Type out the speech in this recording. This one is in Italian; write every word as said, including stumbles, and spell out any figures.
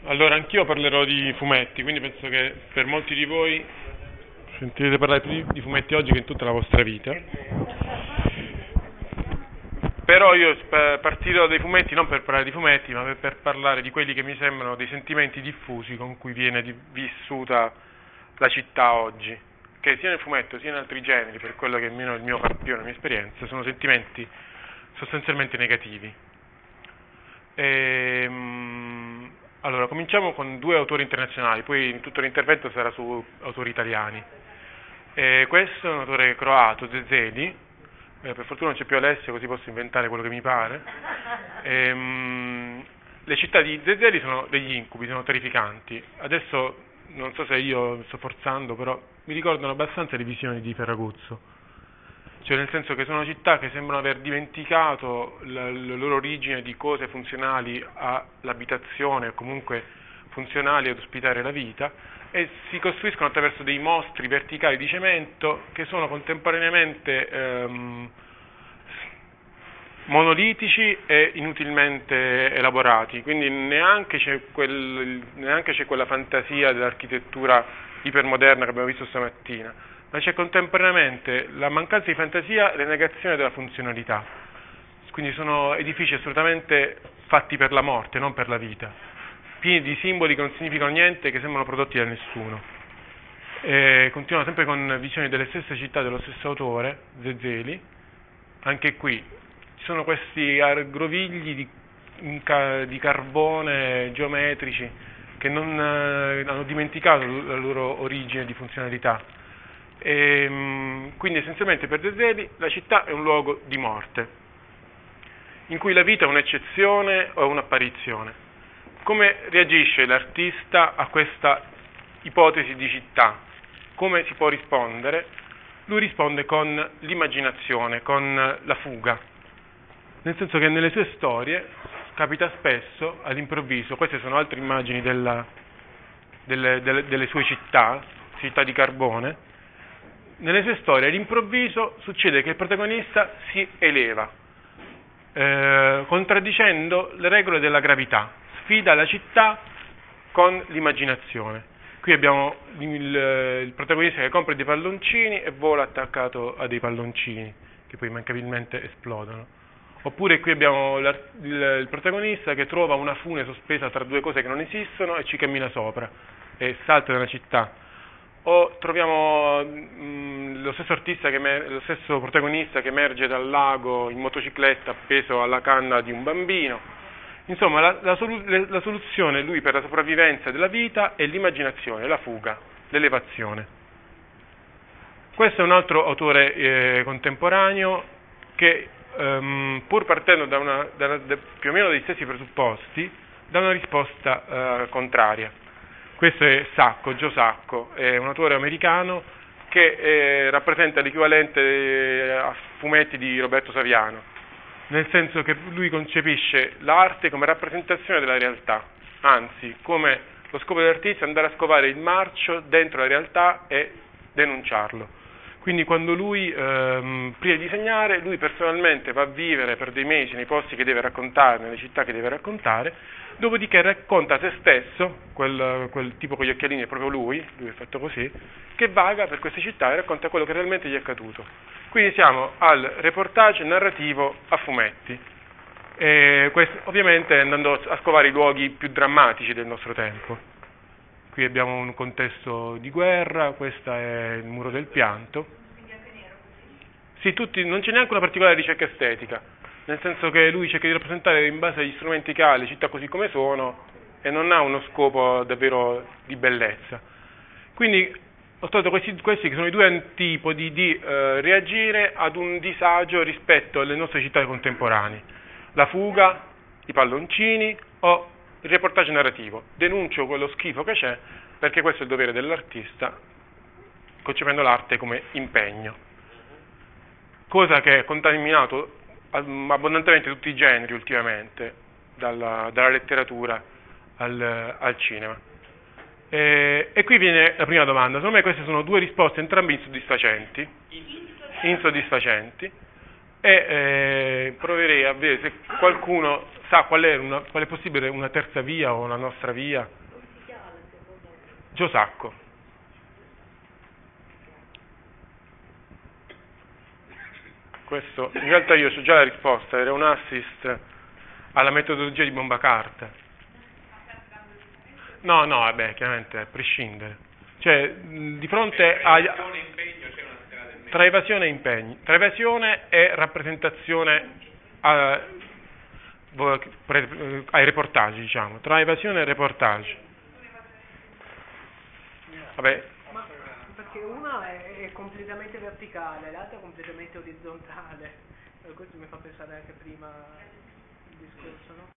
Allora, anch'io parlerò di fumetti, quindi penso che per molti di voi sentirete parlare più di, di fumetti oggi che in tutta la vostra vita. Però io sp- partirò dai fumetti non per parlare di fumetti, ma per, per parlare di quelli che mi sembrano dei sentimenti diffusi con cui viene di- vissuta la città oggi, che sia nel fumetto sia in altri generi, per quello che è almeno il mio campione, la mia esperienza, sono sentimenti sostanzialmente negativi. Ehm, allora, cominciamo con due autori internazionali, poi in tutto l'intervento sarà su autori italiani. E questo è un autore croato, Zezeli. Eh, per fortuna non c'è più Alessio, così posso inventare quello che mi pare. Ehm, le città di Zezeli sono degli incubi, sono terrificanti. Adesso non so se io sto forzando, però mi ricordano abbastanza le visioni di Ferraguzzo. Cioè nel senso che sono città che sembrano aver dimenticato la, la loro origine di cose funzionali all'abitazione o comunque funzionali ad ospitare la vita e si costruiscono attraverso dei mostri verticali di cemento che sono contemporaneamente ehm, monolitici e inutilmente elaborati, quindi neanche c'è, quel, neanche c'è quella fantasia dell'architettura ipermoderna che abbiamo visto stamattina, ma c'è contemporaneamente la mancanza di fantasia e la negazione della funzionalità. Quindi sono edifici assolutamente fatti per la morte, non per la vita, pieni di simboli che non significano niente, che sembrano prodotti da nessuno. E continuano sempre con visioni delle stesse città, dello stesso autore, Zezeli. Anche qui ci sono questi grovigli di, di carbone geometrici che non eh, hanno dimenticato la loro origine di funzionalità. E, quindi essenzialmente per Zezeli la città è un luogo di morte, in cui la vita è un'eccezione o un'apparizione. Come reagisce l'artista a questa ipotesi di città? Come si può rispondere? Lui risponde con l'immaginazione, con la fuga, nel senso che nelle sue storie capita spesso all'improvviso, queste sono altre immagini della, delle, delle, delle sue città, città di carbone. Nelle sue storie all'improvviso succede che il protagonista si eleva, eh, contraddicendo le regole della gravità, sfida la città con l'immaginazione. Qui abbiamo il, il protagonista che compra dei palloncini e vola attaccato a dei palloncini, che poi immancabilmente esplodono. Oppure qui abbiamo il, il protagonista che trova una fune sospesa tra due cose che non esistono e ci cammina sopra e salta dalla città. O troviamo mh, lo stesso artista, che emer- lo stesso protagonista che emerge dal lago in motocicletta appeso alla canna di un bambino. Insomma, la, la, solu- la soluzione lui per la sopravvivenza della vita è l'immaginazione, la fuga, l'elevazione. Questo è un altro autore eh, contemporaneo che ehm, pur partendo da, una, da, da più o meno dagli stessi presupposti dà una risposta eh, contraria. Questo è Sacco, Joe Sacco, è un autore americano che eh, rappresenta l'equivalente eh, a fumetti di Roberto Saviano, nel senso che lui concepisce l'arte come rappresentazione della realtà, anzi, come lo scopo dell'artista è andare a scovare il marcio dentro la realtà e denunciarlo. Quindi quando lui, ehm, prima di disegnare, lui personalmente va a vivere per dei mesi nei posti che deve raccontare, nelle città che deve raccontare, dopodiché racconta se stesso, quel, quel tipo con gli occhialini è proprio lui, lui è fatto così, che vaga per queste città e racconta quello che realmente gli è accaduto. Quindi siamo al reportage narrativo a fumetti, e questo, ovviamente andando a scovare i luoghi più drammatici del nostro tempo. Qui abbiamo un contesto di guerra, questo è il Muro del Pianto. Sì, tutti, non c'è neanche una particolare ricerca estetica, nel senso che lui cerca di rappresentare in base agli strumenti che ha le città così come sono e non ha uno scopo davvero di bellezza. Quindi ho trovato questi, questi che sono i due antipodi di eh, reagire ad un disagio rispetto alle nostre città contemporanee: la fuga, i palloncini o il reportage narrativo. Denuncio quello schifo che c'è perché questo è il dovere dell'artista, concependo l'arte come impegno, cosa che è contaminato abbondantemente tutti i generi ultimamente, dalla, dalla letteratura al, al cinema. E, e qui viene la prima domanda. Secondo me queste sono due risposte entrambe insoddisfacenti, insoddisfacenti e eh, proverei a vedere se qualcuno sa qual è, una, qual è possibile una terza via o una nostra via Giosacco. Questo, in realtà io so già la risposta, era un assist alla metodologia di bomba carta. No, no, vabbè, chiaramente a prescindere. Cioè, di fronte a... Tra evasione e impegni. Tra evasione e rappresentazione a, ai reportage, diciamo. Tra evasione e reportage. Vabbè. Ma perché una è, è completamente verticale, l'altra è completamente orizzontale. Per questo mi fa pensare anche prima il discorso,